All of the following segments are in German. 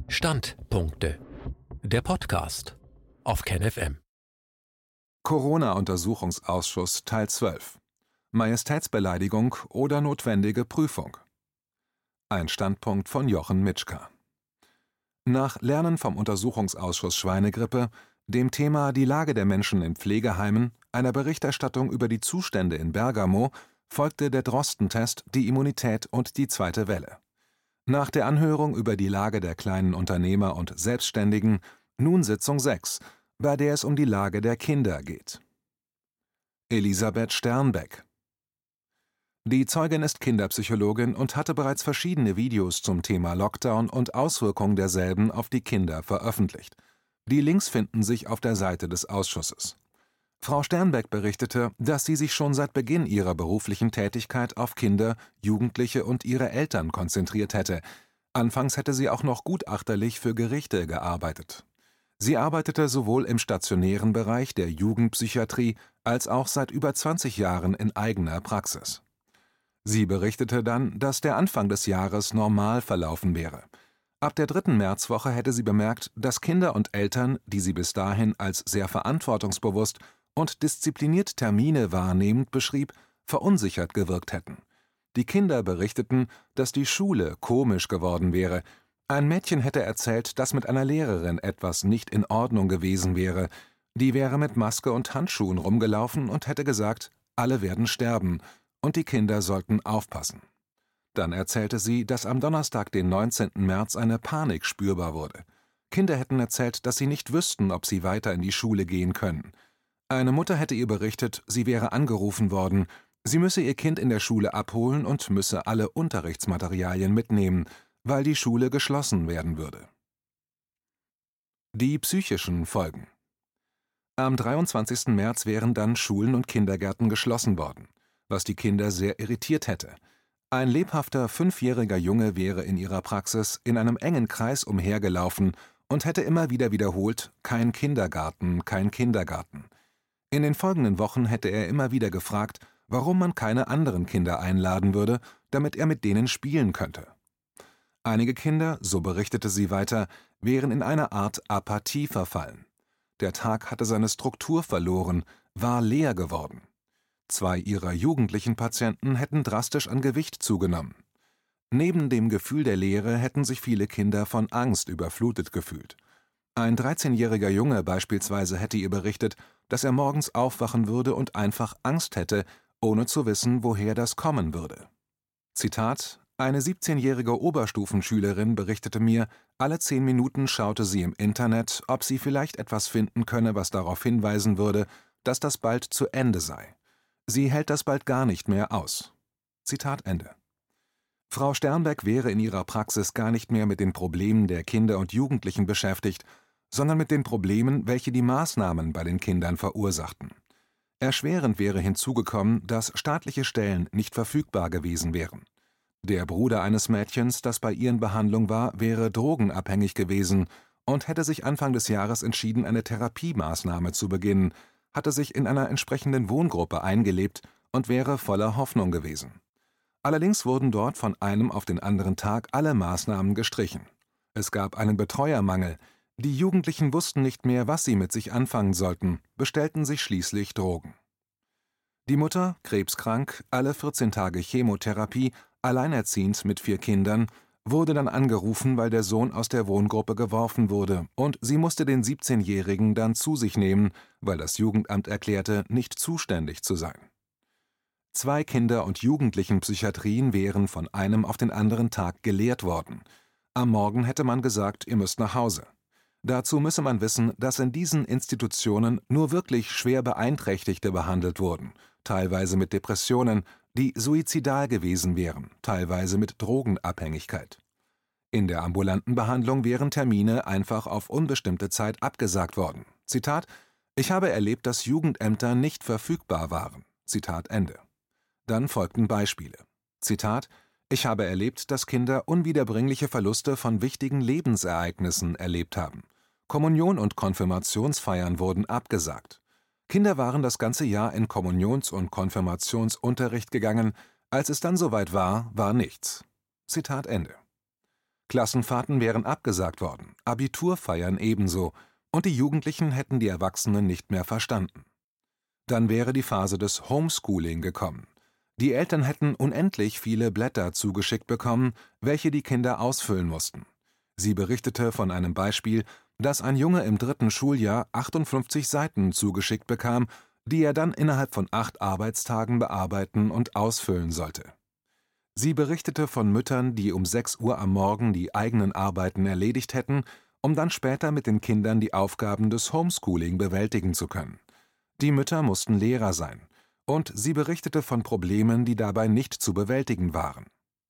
Standpunkte. Der Podcast auf KenFM. Corona-Untersuchungsausschuss Teil 12. Majestätsbeleidigung oder notwendige Prüfung. Ein Standpunkt von Jochen Mitschka. Nach Lernen vom Untersuchungsausschuss Schweinegrippe, dem Thema die Lage der Menschen in Pflegeheimen, einer Berichterstattung über die Zustände in Bergamo, folgte der Drosten-Test, die Immunität und die zweite Welle. Nach der Anhörung über die Lage der kleinen Unternehmer und Selbstständigen nun Sitzung 6, bei der es um die Lage der Kinder geht. Elisabeth Sternbeck. Die Zeugin ist Kinderpsychologin und hatte bereits verschiedene Videos zum Thema Lockdown und Auswirkungen derselben auf die Kinder veröffentlicht. Die Links finden sich auf der Seite des Ausschusses. Frau Sternbeck berichtete, dass sie sich schon seit Beginn ihrer beruflichen Tätigkeit auf Kinder, Jugendliche und ihre Eltern konzentriert hätte. Anfangs hätte sie auch noch gutachterlich für Gerichte gearbeitet. Sie arbeitete sowohl im stationären Bereich der Jugendpsychiatrie als auch seit über 20 Jahren in eigener Praxis. Sie berichtete dann, dass der Anfang des Jahres normal verlaufen wäre. Ab der 3. Märzwoche hätte sie bemerkt, dass Kinder und Eltern, die sie bis dahin als sehr verantwortungsbewusst und diszipliniert Termine wahrnehmend beschrieb, verunsichert gewirkt hätten. Die Kinder berichteten, dass die Schule komisch geworden wäre. Ein Mädchen hätte erzählt, dass mit einer Lehrerin etwas nicht in Ordnung gewesen wäre. Die wäre mit Maske und Handschuhen rumgelaufen und hätte gesagt, alle werden sterben und die Kinder sollten aufpassen. Dann erzählte sie, dass am Donnerstag, den 19. März, eine Panik spürbar wurde. Kinder hätten erzählt, dass sie nicht wüssten, ob sie weiter in die Schule gehen können. Eine Mutter hätte ihr berichtet, sie wäre angerufen worden, sie müsse ihr Kind in der Schule abholen und müsse alle Unterrichtsmaterialien mitnehmen, weil die Schule geschlossen werden würde. Die psychischen Folgen. Am 23. März wären dann Schulen und Kindergärten geschlossen worden, was die Kinder sehr irritiert hätte. Ein lebhafter 5-jähriger Junge wäre in ihrer Praxis in einem engen Kreis umhergelaufen und hätte immer wieder wiederholt, kein Kindergarten, kein Kindergarten. In den folgenden Wochen hätte er immer wieder gefragt, warum man keine anderen Kinder einladen würde, damit er mit denen spielen könnte. Einige Kinder, so berichtete sie weiter, wären in eine Art Apathie verfallen. Der Tag hatte seine Struktur verloren, war leer geworden. 2 ihrer jugendlichen Patienten hätten drastisch an Gewicht zugenommen. Neben dem Gefühl der Leere hätten sich viele Kinder von Angst überflutet gefühlt. Ein 13-jähriger Junge beispielsweise hätte ihr berichtet, dass er morgens aufwachen würde und einfach Angst hätte, ohne zu wissen, woher das kommen würde. Zitat: Eine 17-jährige Oberstufenschülerin berichtete mir, alle 10 Minuten schaute sie im Internet, ob sie vielleicht etwas finden könne, was darauf hinweisen würde, dass das bald zu Ende sei. Sie hält das bald gar nicht mehr aus. Zitat Ende. Frau Sternbeck wäre in ihrer Praxis gar nicht mehr mit den Problemen der Kinder und Jugendlichen beschäftigt, sondern mit den Problemen, welche die Maßnahmen bei den Kindern verursachten. Erschwerend wäre hinzugekommen, dass staatliche Stellen nicht verfügbar gewesen wären. Der Bruder eines Mädchens, das bei ihr in Behandlung war, wäre drogenabhängig gewesen und hätte sich Anfang des Jahres entschieden, eine Therapiemaßnahme zu beginnen, hatte sich in einer entsprechenden Wohngruppe eingelebt und wäre voller Hoffnung gewesen. Allerdings wurden dort von einem auf den anderen Tag alle Maßnahmen gestrichen. Es gab einen Betreuermangel. Die Jugendlichen wussten nicht mehr, was sie mit sich anfangen sollten, bestellten sich schließlich Drogen. Die Mutter, krebskrank, alle 14 Tage Chemotherapie, alleinerziehend mit 4 Kindern, wurde dann angerufen, weil der Sohn aus der Wohngruppe geworfen wurde, und sie musste den 17-Jährigen dann zu sich nehmen, weil das Jugendamt erklärte, nicht zuständig zu sein. 2 Kinder- und Jugendlichenpsychiatrien wären von einem auf den anderen Tag geleert worden. Am Morgen hätte man gesagt, ihr müsst nach Hause. Dazu müsse man wissen, dass in diesen Institutionen nur wirklich schwer Beeinträchtigte behandelt wurden, teilweise mit Depressionen, die suizidal gewesen wären, teilweise mit Drogenabhängigkeit. In der ambulanten Behandlung wären Termine einfach auf unbestimmte Zeit abgesagt worden. Zitat: Ich habe erlebt, dass Jugendämter nicht verfügbar waren. Zitat Ende. Dann folgten Beispiele. Zitat: Ich habe erlebt, dass Kinder unwiederbringliche Verluste von wichtigen Lebensereignissen erlebt haben. Kommunion und Konfirmationsfeiern wurden abgesagt. Kinder waren das ganze Jahr in Kommunions- und Konfirmationsunterricht gegangen, als es dann soweit war, war nichts. Zitat Ende. Klassenfahrten wären abgesagt worden, Abiturfeiern ebenso, und die Jugendlichen hätten die Erwachsenen nicht mehr verstanden. Dann wäre die Phase des Homeschooling gekommen. Die Eltern hätten unendlich viele Blätter zugeschickt bekommen, welche die Kinder ausfüllen mussten. Sie berichtete von einem Beispiel, dass ein Junge im 3. Schuljahr 58 Seiten zugeschickt bekam, die er dann innerhalb von 8 Arbeitstagen bearbeiten und ausfüllen sollte. Sie berichtete von Müttern, die um 6 Uhr am Morgen die eigenen Arbeiten erledigt hätten, um dann später mit den Kindern die Aufgaben des Homeschooling bewältigen zu können. Die Mütter mussten Lehrer sein, und sie berichtete von Problemen, die dabei nicht zu bewältigen waren.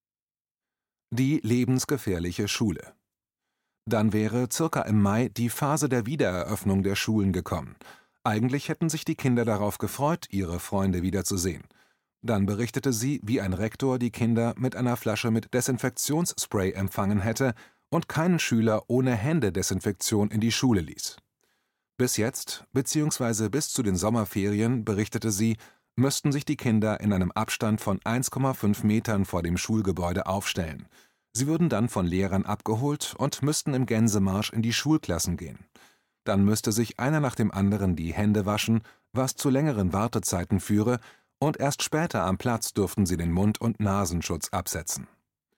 Die lebensgefährliche Schule. Dann wäre circa im Mai die Phase der Wiedereröffnung der Schulen gekommen. Eigentlich hätten sich die Kinder darauf gefreut, ihre Freunde wiederzusehen. Dann berichtete sie, wie ein Rektor die Kinder mit einer Flasche mit Desinfektionsspray empfangen hätte und keinen Schüler ohne Händedesinfektion in die Schule ließ. Bis jetzt, bzw. bis zu den Sommerferien, berichtete sie, müssten sich die Kinder in einem Abstand von 1,5 Metern vor dem Schulgebäude aufstellen. Sie würden dann von Lehrern abgeholt und müssten im Gänsemarsch in die Schulklassen gehen. Dann müsste sich einer nach dem anderen die Hände waschen, was zu längeren Wartezeiten führe, und erst später am Platz dürften sie den Mund- und Nasenschutz absetzen.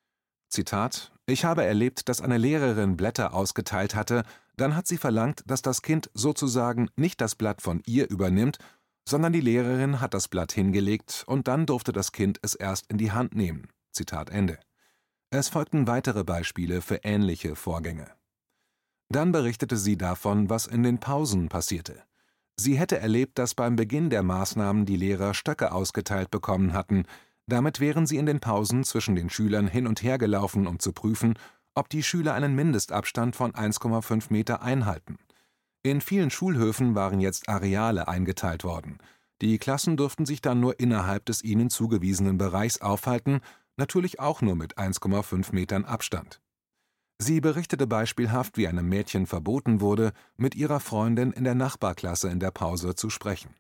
Zitat: Ich habe erlebt, dass eine Lehrerin Blätter ausgeteilt hatte, dann hat sie verlangt, dass das Kind sozusagen nicht das Blatt von ihr übernimmt, sondern die Lehrerin hat das Blatt hingelegt und dann durfte das Kind es erst in die Hand nehmen. Zitat Ende. Es folgten weitere Beispiele für ähnliche Vorgänge. Dann berichtete sie davon, was in den Pausen passierte. Sie hätte erlebt, dass beim Beginn der Maßnahmen die Lehrer Stöcke ausgeteilt bekommen hatten. Damit wären sie in den Pausen zwischen den Schülern hin und her gelaufen, um zu prüfen, ob die Schüler einen Mindestabstand von 1,5 Meter einhalten. In vielen Schulhöfen waren jetzt Areale eingeteilt worden. Die Klassen durften sich dann nur innerhalb des ihnen zugewiesenen Bereichs aufhalten, natürlich auch nur mit 1,5 Metern Abstand. Sie berichtete beispielhaft, wie einem Mädchen verboten wurde, mit ihrer Freundin in der Nachbarklasse in der Pause zu sprechen.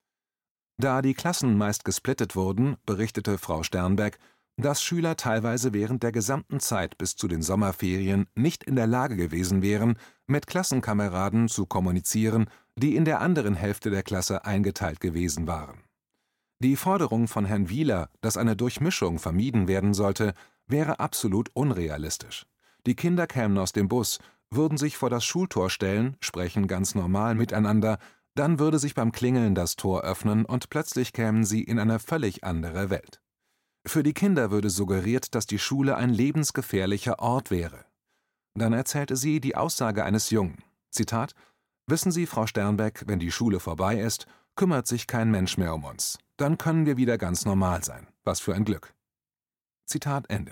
Da die Klassen meist gesplittet wurden, berichtete Frau Sternberg, dass Schüler teilweise während der gesamten Zeit bis zu den Sommerferien nicht in der Lage gewesen wären, mit Klassenkameraden zu kommunizieren, die in der anderen Hälfte der Klasse eingeteilt gewesen waren. Die Forderung von Herrn Wieler, dass eine Durchmischung vermieden werden sollte, wäre absolut unrealistisch. Die Kinder kämen aus dem Bus, würden sich vor das Schultor stellen, sprechen ganz normal miteinander, dann würde sich beim Klingeln das Tor öffnen und plötzlich kämen sie in eine völlig andere Welt. Für die Kinder würde suggeriert, dass die Schule ein lebensgefährlicher Ort wäre. Dann erzählte sie die Aussage eines Jungen. Zitat: Wissen Sie, Frau Sternbeck, wenn die Schule vorbei ist, kümmert sich kein Mensch mehr um uns. Dann können wir wieder ganz normal sein. Was für ein Glück. Zitat Ende.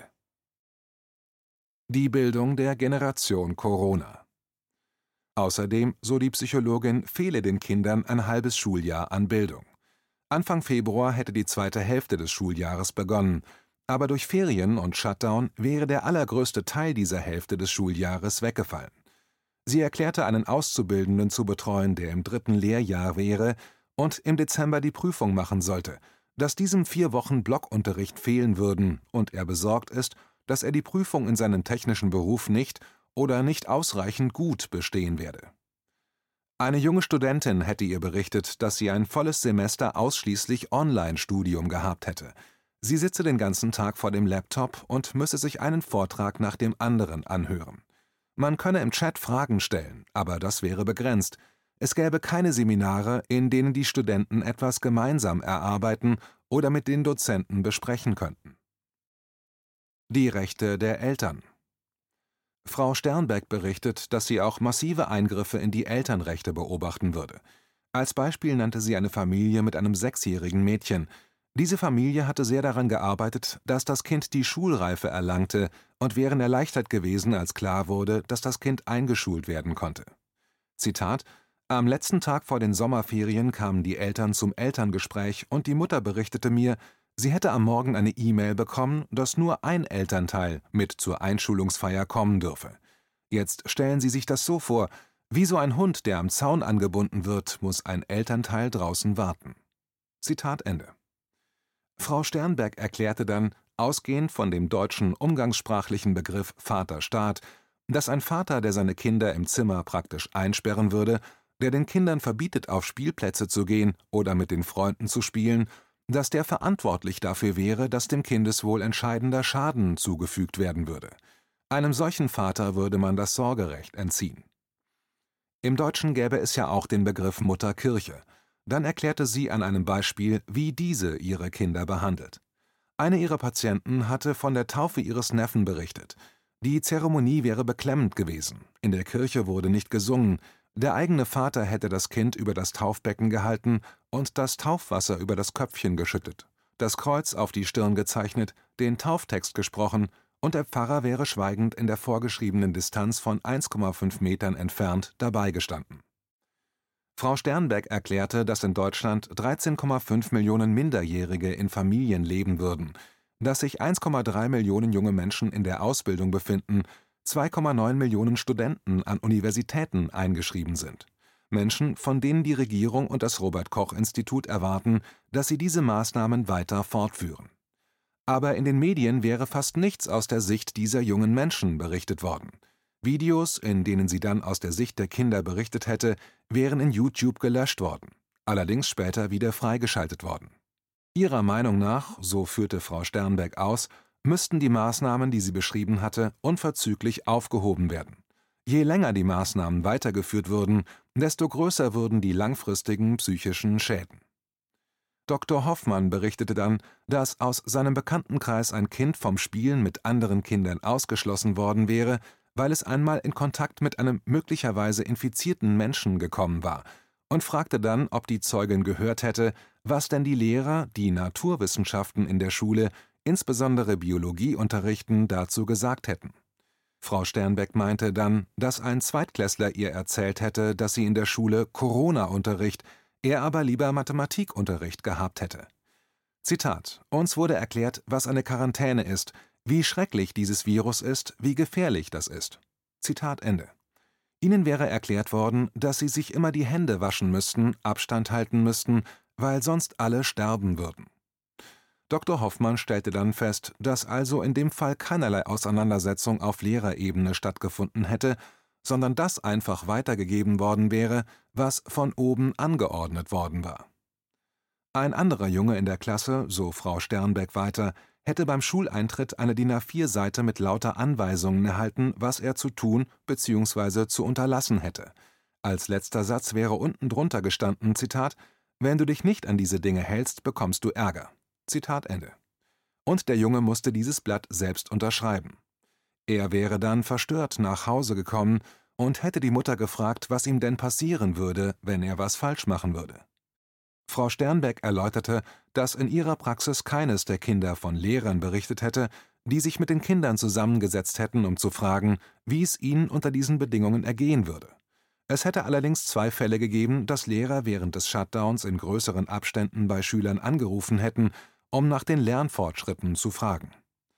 Die Bildung der Generation Corona. Außerdem, so die Psychologin, fehle den Kindern ein halbes Schuljahr an Bildung. Anfang Februar hätte die zweite Hälfte des Schuljahres begonnen, aber durch Ferien und Shutdown wäre der allergrößte Teil dieser Hälfte des Schuljahres weggefallen. Sie erklärte, einen Auszubildenden zu betreuen, der im 3. Lehrjahr wäre und im Dezember die Prüfung machen sollte, dass diesem 4 Wochen Blockunterricht fehlen würden und er besorgt ist, dass er die Prüfung in seinem technischen Beruf nicht oder nicht ausreichend gut bestehen werde. Eine junge Studentin hätte ihr berichtet, dass sie ein volles Semester ausschließlich Online-Studium gehabt hätte. Sie sitze den ganzen Tag vor dem Laptop und müsse sich einen Vortrag nach dem anderen anhören. Man könne im Chat Fragen stellen, aber das wäre begrenzt. Es gäbe keine Seminare, in denen die Studenten etwas gemeinsam erarbeiten oder mit den Dozenten besprechen könnten. Die Rechte der Eltern. Frau Sternbeck berichtet, dass sie auch massive Eingriffe in die Elternrechte beobachten würde. Als Beispiel nannte sie eine Familie mit einem 6-jährigen Mädchen. Diese Familie hatte sehr daran gearbeitet, dass das Kind die Schulreife erlangte und wären erleichtert gewesen, als klar wurde, dass das Kind eingeschult werden konnte. Zitat: Am letzten Tag vor den Sommerferien kamen die Eltern zum Elterngespräch und die Mutter berichtete mir, sie hätte am Morgen eine E-Mail bekommen, dass nur ein Elternteil mit zur Einschulungsfeier kommen dürfe. Jetzt stellen Sie sich das so vor, wie so ein Hund, der am Zaun angebunden wird, muss ein Elternteil draußen warten. Zitat Ende. Frau Sternberg erklärte dann, ausgehend von dem deutschen umgangssprachlichen Begriff Vaterstaat, dass ein Vater, der seine Kinder im Zimmer praktisch einsperren würde, der den Kindern verbietet, auf Spielplätze zu gehen oder mit den Freunden zu spielen, dass der verantwortlich dafür wäre, dass dem Kindeswohl entscheidender Schaden zugefügt werden würde. Einem solchen Vater würde man das Sorgerecht entziehen. Im Deutschen gäbe es ja auch den Begriff Mutter Kirche. Dann erklärte sie an einem Beispiel, wie diese ihre Kinder behandelt. Eine ihrer Patienten hatte von der Taufe ihres Neffen berichtet. Die Zeremonie wäre beklemmend gewesen. In der Kirche wurde nicht gesungen. Der eigene Vater hätte das Kind über das Taufbecken gehalten und das Taufwasser über das Köpfchen geschüttet, das Kreuz auf die Stirn gezeichnet, den Tauftext gesprochen, und der Pfarrer wäre schweigend in der vorgeschriebenen Distanz von 1,5 Metern entfernt dabei gestanden. Frau Sternbeck erklärte, dass in Deutschland 13,5 Millionen Minderjährige in Familien leben würden, dass sich 1,3 Millionen junge Menschen in der Ausbildung befinden, 2,9 Millionen Studenten an Universitäten eingeschrieben sind. Menschen, von denen die Regierung und das Robert-Koch-Institut erwarten, dass sie diese Maßnahmen weiter fortführen. Aber in den Medien wäre fast nichts aus der Sicht dieser jungen Menschen berichtet worden. Videos, in denen sie dann aus der Sicht der Kinder berichtet hätte, wären in YouTube gelöscht worden, allerdings später wieder freigeschaltet worden. Ihrer Meinung nach, so führte Frau Sternbeck aus, müssten die Maßnahmen, die sie beschrieben hatte, unverzüglich aufgehoben werden. Je länger die Maßnahmen weitergeführt würden, desto größer würden die langfristigen psychischen Schäden. Dr. Hoffmann berichtete dann, dass aus seinem Bekanntenkreis ein Kind vom Spielen mit anderen Kindern ausgeschlossen worden wäre, weil es einmal in Kontakt mit einem möglicherweise infizierten Menschen gekommen war, und fragte dann, ob die Zeugin gehört hätte, was denn die Lehrer, die Naturwissenschaften in der Schule, insbesondere Biologie unterrichten, dazu gesagt hätten. Frau Sternbeck meinte dann, dass ein Zweitklässler ihr erzählt hätte, dass sie in der Schule Corona-Unterricht, er aber lieber Mathematikunterricht gehabt hätte. Zitat: Uns wurde erklärt, was eine Quarantäne ist, wie schrecklich dieses Virus ist, wie gefährlich das ist. Zitat Ende. Ihnen wäre erklärt worden, dass sie sich immer die Hände waschen müssten, Abstand halten müssten, weil sonst alle sterben würden. Dr. Hoffmann stellte dann fest, dass also in dem Fall keinerlei Auseinandersetzung auf Lehrerebene stattgefunden hätte, sondern dass einfach weitergegeben worden wäre, was von oben angeordnet worden war. Ein anderer Junge in der Klasse, so Frau Sternbeck weiter, hätte beim Schuleintritt eine DIN A4-Seite mit lauter Anweisungen erhalten, was er zu tun bzw. zu unterlassen hätte. Als letzter Satz wäre unten drunter gestanden, Zitat: »Wenn du dich nicht an diese Dinge hältst, bekommst du Ärger.« Zitat Ende. Und der Junge musste dieses Blatt selbst unterschreiben. Er wäre dann verstört nach Hause gekommen und hätte die Mutter gefragt, was ihm denn passieren würde, wenn er was falsch machen würde. Frau Sternbeck erläuterte, dass in ihrer Praxis keines der Kinder von Lehrern berichtet hätte, die sich mit den Kindern zusammengesetzt hätten, um zu fragen, wie es ihnen unter diesen Bedingungen ergehen würde. Es hätte allerdings 2 Fälle gegeben, dass Lehrer während des Shutdowns in größeren Abständen bei Schülern angerufen hätten, um nach den Lernfortschritten zu fragen.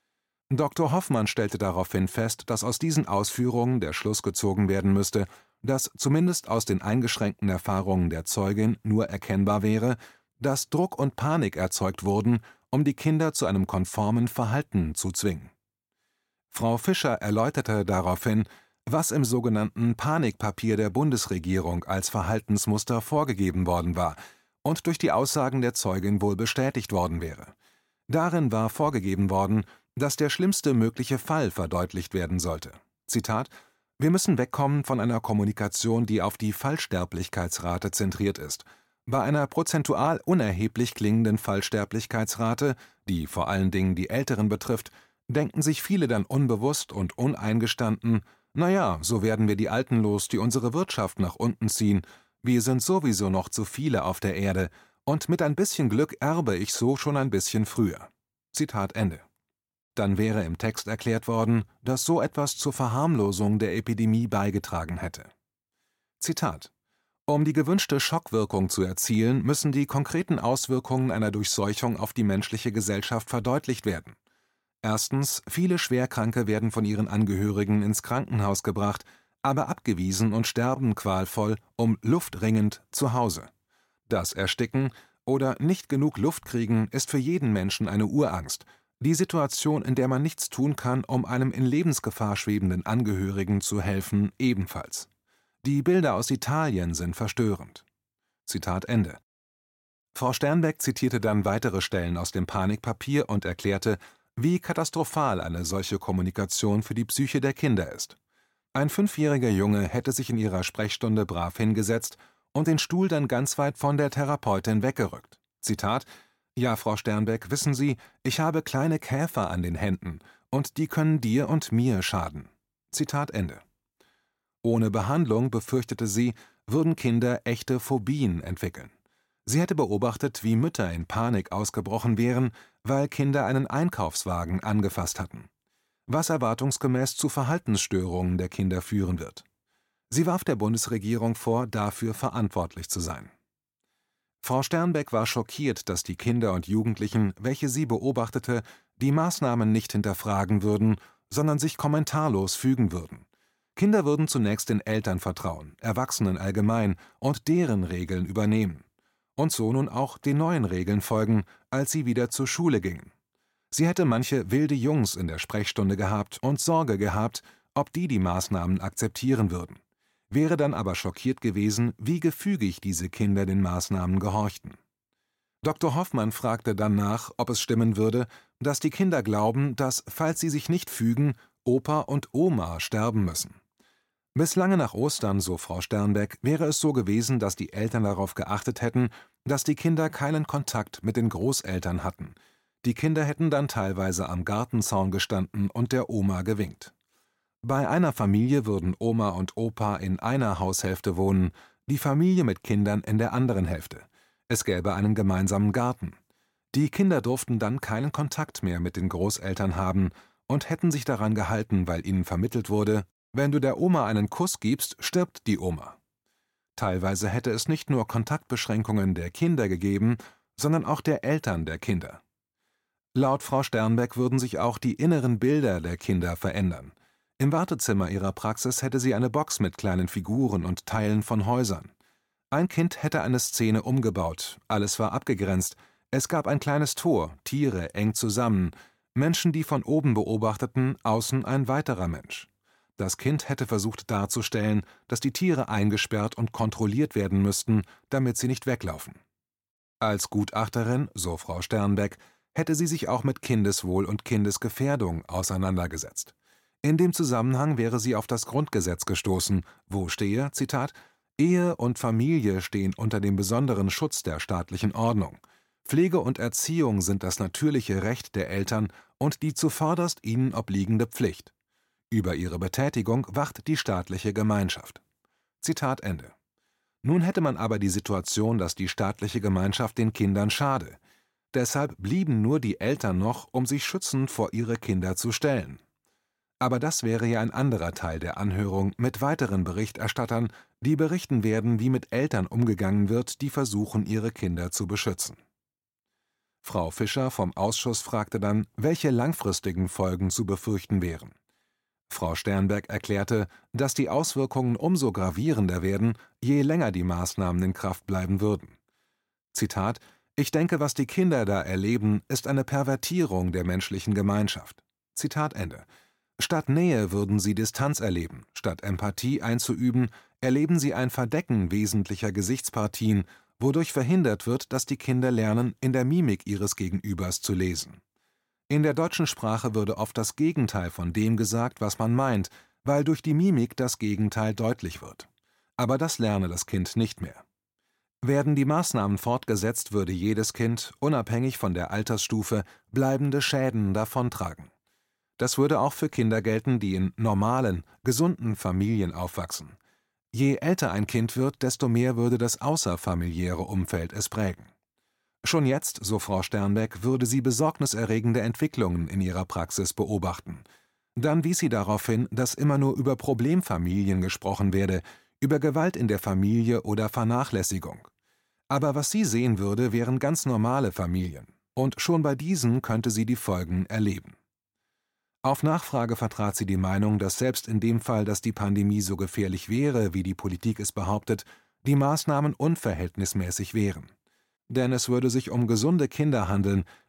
Dr. Hoffmann stellte daraufhin fest, dass aus diesen Ausführungen der Schluss gezogen werden müsste, dass zumindest aus den eingeschränkten Erfahrungen der Zeugin nur erkennbar wäre, dass Druck und Panik erzeugt wurden, um die Kinder zu einem konformen Verhalten zu zwingen. Frau Fischer erläuterte daraufhin, was im sogenannten Panikpapier der Bundesregierung als Verhaltensmuster vorgegeben worden war und durch die Aussagen der Zeugin wohl bestätigt worden wäre. Darin war vorgegeben worden, dass der schlimmste mögliche Fall verdeutlicht werden sollte. Zitat: »Wir müssen wegkommen von einer Kommunikation, die auf die Fallsterblichkeitsrate zentriert ist. Bei einer prozentual unerheblich klingenden Fallsterblichkeitsrate, die vor allen Dingen die Älteren betrifft, denken sich viele dann unbewusst und uneingestanden, naja, so werden wir die Alten los, die unsere Wirtschaft nach unten ziehen. Wir sind sowieso noch zu viele auf der Erde und mit ein bisschen Glück erbe ich so schon ein bisschen früher.« Zitat Ende. Dann wäre im Text erklärt worden, dass so etwas zur Verharmlosung der Epidemie beigetragen hätte. Zitat: »Um die gewünschte Schockwirkung zu erzielen, müssen die konkreten Auswirkungen einer Durchseuchung auf die menschliche Gesellschaft verdeutlicht werden. Erstens, viele Schwerkranke werden von ihren Angehörigen ins Krankenhaus gebracht, aber abgewiesen und sterben qualvoll, Luft ringend, zu Hause. Das Ersticken oder nicht genug Luft kriegen ist für jeden Menschen eine Urangst. Die Situation, in der man nichts tun kann, um einem in Lebensgefahr schwebenden Angehörigen zu helfen, ebenfalls. Die Bilder aus Italien sind verstörend. Zitat Ende. Frau Sternbeck zitierte dann weitere Stellen aus dem Panikpapier und erklärte, wie katastrophal eine solche Kommunikation für die Psyche der Kinder ist. Ein 5-jähriger Junge hätte sich in ihrer Sprechstunde brav hingesetzt und den Stuhl dann ganz weit von der Therapeutin weggerückt. Zitat: »Ja, Frau Sternbeck, wissen Sie, ich habe kleine Käfer an den Händen und die können dir und mir schaden.« Zitat Ende. Ohne Behandlung, befürchtete sie, würden Kinder echte Phobien entwickeln. Sie hätte beobachtet, wie Mütter in Panik ausgebrochen wären, weil Kinder einen Einkaufswagen angefasst hatten, was erwartungsgemäß zu Verhaltensstörungen der Kinder führen wird. Sie warf der Bundesregierung vor, dafür verantwortlich zu sein. Frau Sternbeck war schockiert, dass die Kinder und Jugendlichen, welche sie beobachtete, die Maßnahmen nicht hinterfragen würden, sondern sich kommentarlos fügen würden. Kinder würden zunächst den Eltern vertrauen, Erwachsenen allgemein, und deren Regeln übernehmen. Und so nun auch den neuen Regeln folgen, als sie wieder zur Schule gingen. Sie hätte manche wilde Jungs in der Sprechstunde gehabt und Sorge gehabt, ob die Maßnahmen akzeptieren würden. Wäre dann aber schockiert gewesen, wie gefügig diese Kinder den Maßnahmen gehorchten. Dr. Hoffmann fragte dann nach, ob es stimmen würde, dass die Kinder glauben, dass, falls sie sich nicht fügen, Opa und Oma sterben müssen. Bis lange nach Ostern, so Frau Sternbeck, wäre es so gewesen, dass die Eltern darauf geachtet hätten, dass die Kinder keinen Kontakt mit den Großeltern hatten. Die Kinder hätten dann teilweise am Gartenzaun gestanden und der Oma gewinkt. Bei einer Familie würden Oma und Opa in einer Haushälfte wohnen, die Familie mit Kindern in der anderen Hälfte. Es gäbe einen gemeinsamen Garten. Die Kinder durften dann keinen Kontakt mehr mit den Großeltern haben und hätten sich daran gehalten, weil ihnen vermittelt wurde: Wenn du der Oma einen Kuss gibst, stirbt die Oma. Teilweise hätte es nicht nur Kontaktbeschränkungen der Kinder gegeben, sondern auch der Eltern der Kinder. Laut Frau Sternbeck würden sich auch die inneren Bilder der Kinder verändern. Im Wartezimmer ihrer Praxis hätte sie eine Box mit kleinen Figuren und Teilen von Häusern. Ein Kind hätte eine Szene umgebaut, alles war abgegrenzt, es gab ein kleines Tor, Tiere eng zusammen, Menschen, die von oben beobachteten, außen ein weiterer Mensch. Das Kind hätte versucht darzustellen, dass die Tiere eingesperrt und kontrolliert werden müssten, damit sie nicht weglaufen. Als Gutachterin, so Frau Sternbeck, hätte sie sich auch mit Kindeswohl und Kindesgefährdung auseinandergesetzt. In dem Zusammenhang wäre sie auf das Grundgesetz gestoßen, wo stehe, Zitat: »Ehe und Familie stehen unter dem besonderen Schutz der staatlichen Ordnung. Pflege und Erziehung sind das natürliche Recht der Eltern und die zuvörderst ihnen obliegende Pflicht. Über ihre Betätigung wacht die staatliche Gemeinschaft.« Zitat Ende. Nun hätte man aber die Situation, dass die staatliche Gemeinschaft den Kindern schade. Deshalb blieben nur die Eltern noch, um sich schützend vor ihre Kinder zu stellen. Aber das wäre ja ein anderer Teil der Anhörung mit weiteren Berichterstattern, die berichten werden, wie mit Eltern umgegangen wird, die versuchen, ihre Kinder zu beschützen. Frau Fischer vom Ausschuss fragte dann, welche langfristigen Folgen zu befürchten wären. Frau Sternbeck erklärte, dass die Auswirkungen umso gravierender werden, je länger die Maßnahmen in Kraft bleiben würden. Zitat: »Ich denke, was die Kinder da erleben, ist eine Pervertierung der menschlichen Gemeinschaft.« Zitat Ende. Statt Nähe würden sie Distanz erleben, statt Empathie einzuüben, erleben sie ein Verdecken wesentlicher Gesichtspartien, wodurch verhindert wird, dass die Kinder lernen, in der Mimik ihres Gegenübers zu lesen. In der deutschen Sprache würde oft das Gegenteil von dem gesagt, was man meint, weil durch die Mimik das Gegenteil deutlich wird. Aber das lerne das Kind nicht mehr. Werden die Maßnahmen fortgesetzt, würde jedes Kind, unabhängig von der Altersstufe, bleibende Schäden davontragen. Das würde auch für Kinder gelten, die in normalen, gesunden Familien aufwachsen. Je älter ein Kind wird, desto mehr würde das außerfamiliäre Umfeld es prägen. Schon jetzt, so Frau Sternbeck, würde sie besorgniserregende Entwicklungen in ihrer Praxis beobachten. Dann wies sie darauf hin, dass immer nur über Problemfamilien gesprochen werde, über Gewalt in der Familie oder Vernachlässigung. Aber was sie sehen würde, wären ganz normale Familien. Und schon bei diesen könnte sie die Folgen erleben. Auf Nachfrage vertrat sie die Meinung, dass selbst in dem Fall, dass die Pandemie so gefährlich wäre, wie die Politik es behauptet, die Maßnahmen unverhältnismäßig wären. Denn es würde sich um gesunde Kinder handeln,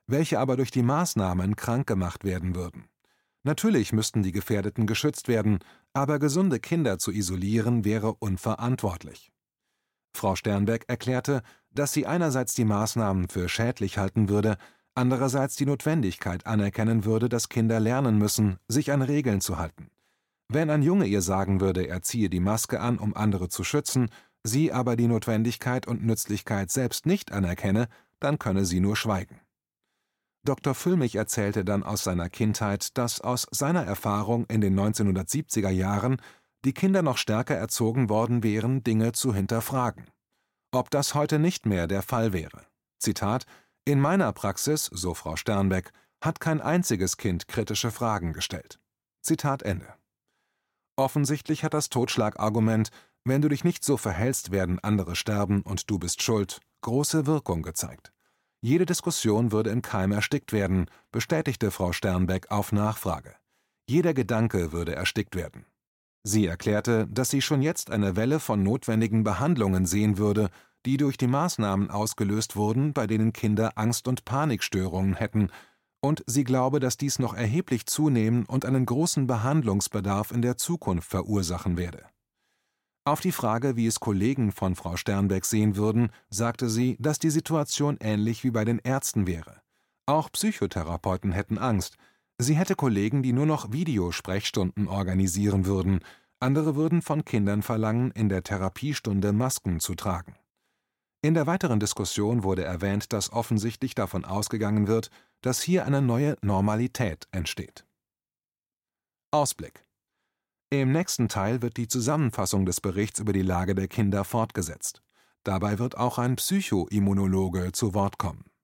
welche aber durch die Maßnahmen krank gemacht werden würden. Natürlich müssten die Gefährdeten geschützt werden, aber gesunde Kinder zu isolieren wäre unverantwortlich. Frau Sternbeck erklärte, dass sie einerseits die Maßnahmen für schädlich halten würde, andererseits die Notwendigkeit anerkennen würde, dass Kinder lernen müssen, sich an Regeln zu halten. Wenn ein Junge ihr sagen würde, er ziehe die Maske an, um andere zu schützen, sie aber die Notwendigkeit und Nützlichkeit selbst nicht anerkenne, dann könne sie nur schweigen. Dr. Füllmich erzählte dann aus seiner Kindheit, dass aus seiner Erfahrung in den 1970er Jahren die Kinder noch stärker erzogen worden wären, Dinge zu hinterfragen. Ob das heute nicht mehr der Fall wäre. Zitat: »In meiner Praxis, so Frau Sternbeck, hat kein einziges Kind kritische Fragen gestellt.« Zitat Ende. Offensichtlich hat das Totschlagargument, wenn du dich nicht so verhältst, werden andere sterben und du bist schuld, große Wirkung gezeigt. Jede Diskussion würde im Keim erstickt werden, bestätigte Frau Sternbeck auf Nachfrage. Jeder Gedanke würde erstickt werden. Sie erklärte, dass sie schon jetzt eine Welle von notwendigen Behandlungen sehen würde, die durch die Maßnahmen ausgelöst wurden, bei denen Kinder Angst- und Panikstörungen hätten, und sie glaube, dass dies noch erheblich zunehmen und einen großen Behandlungsbedarf in der Zukunft verursachen werde. Auf die Frage, wie es Kollegen von Frau Sternbeck sehen würden, sagte sie, dass die Situation ähnlich wie bei den Ärzten wäre. Auch Psychotherapeuten hätten Angst. Sie hätte Kollegen, die nur noch Videosprechstunden organisieren würden. Andere würden von Kindern verlangen, in der Therapiestunde Masken zu tragen. In der weiteren Diskussion wurde erwähnt, dass offensichtlich davon ausgegangen wird, dass hier eine neue Normalität entsteht. Ausblick. Im nächsten Teil wird die Zusammenfassung des Berichts über die Lage der Kinder fortgesetzt. Dabei wird auch ein Psychoimmunologe zu Wort kommen.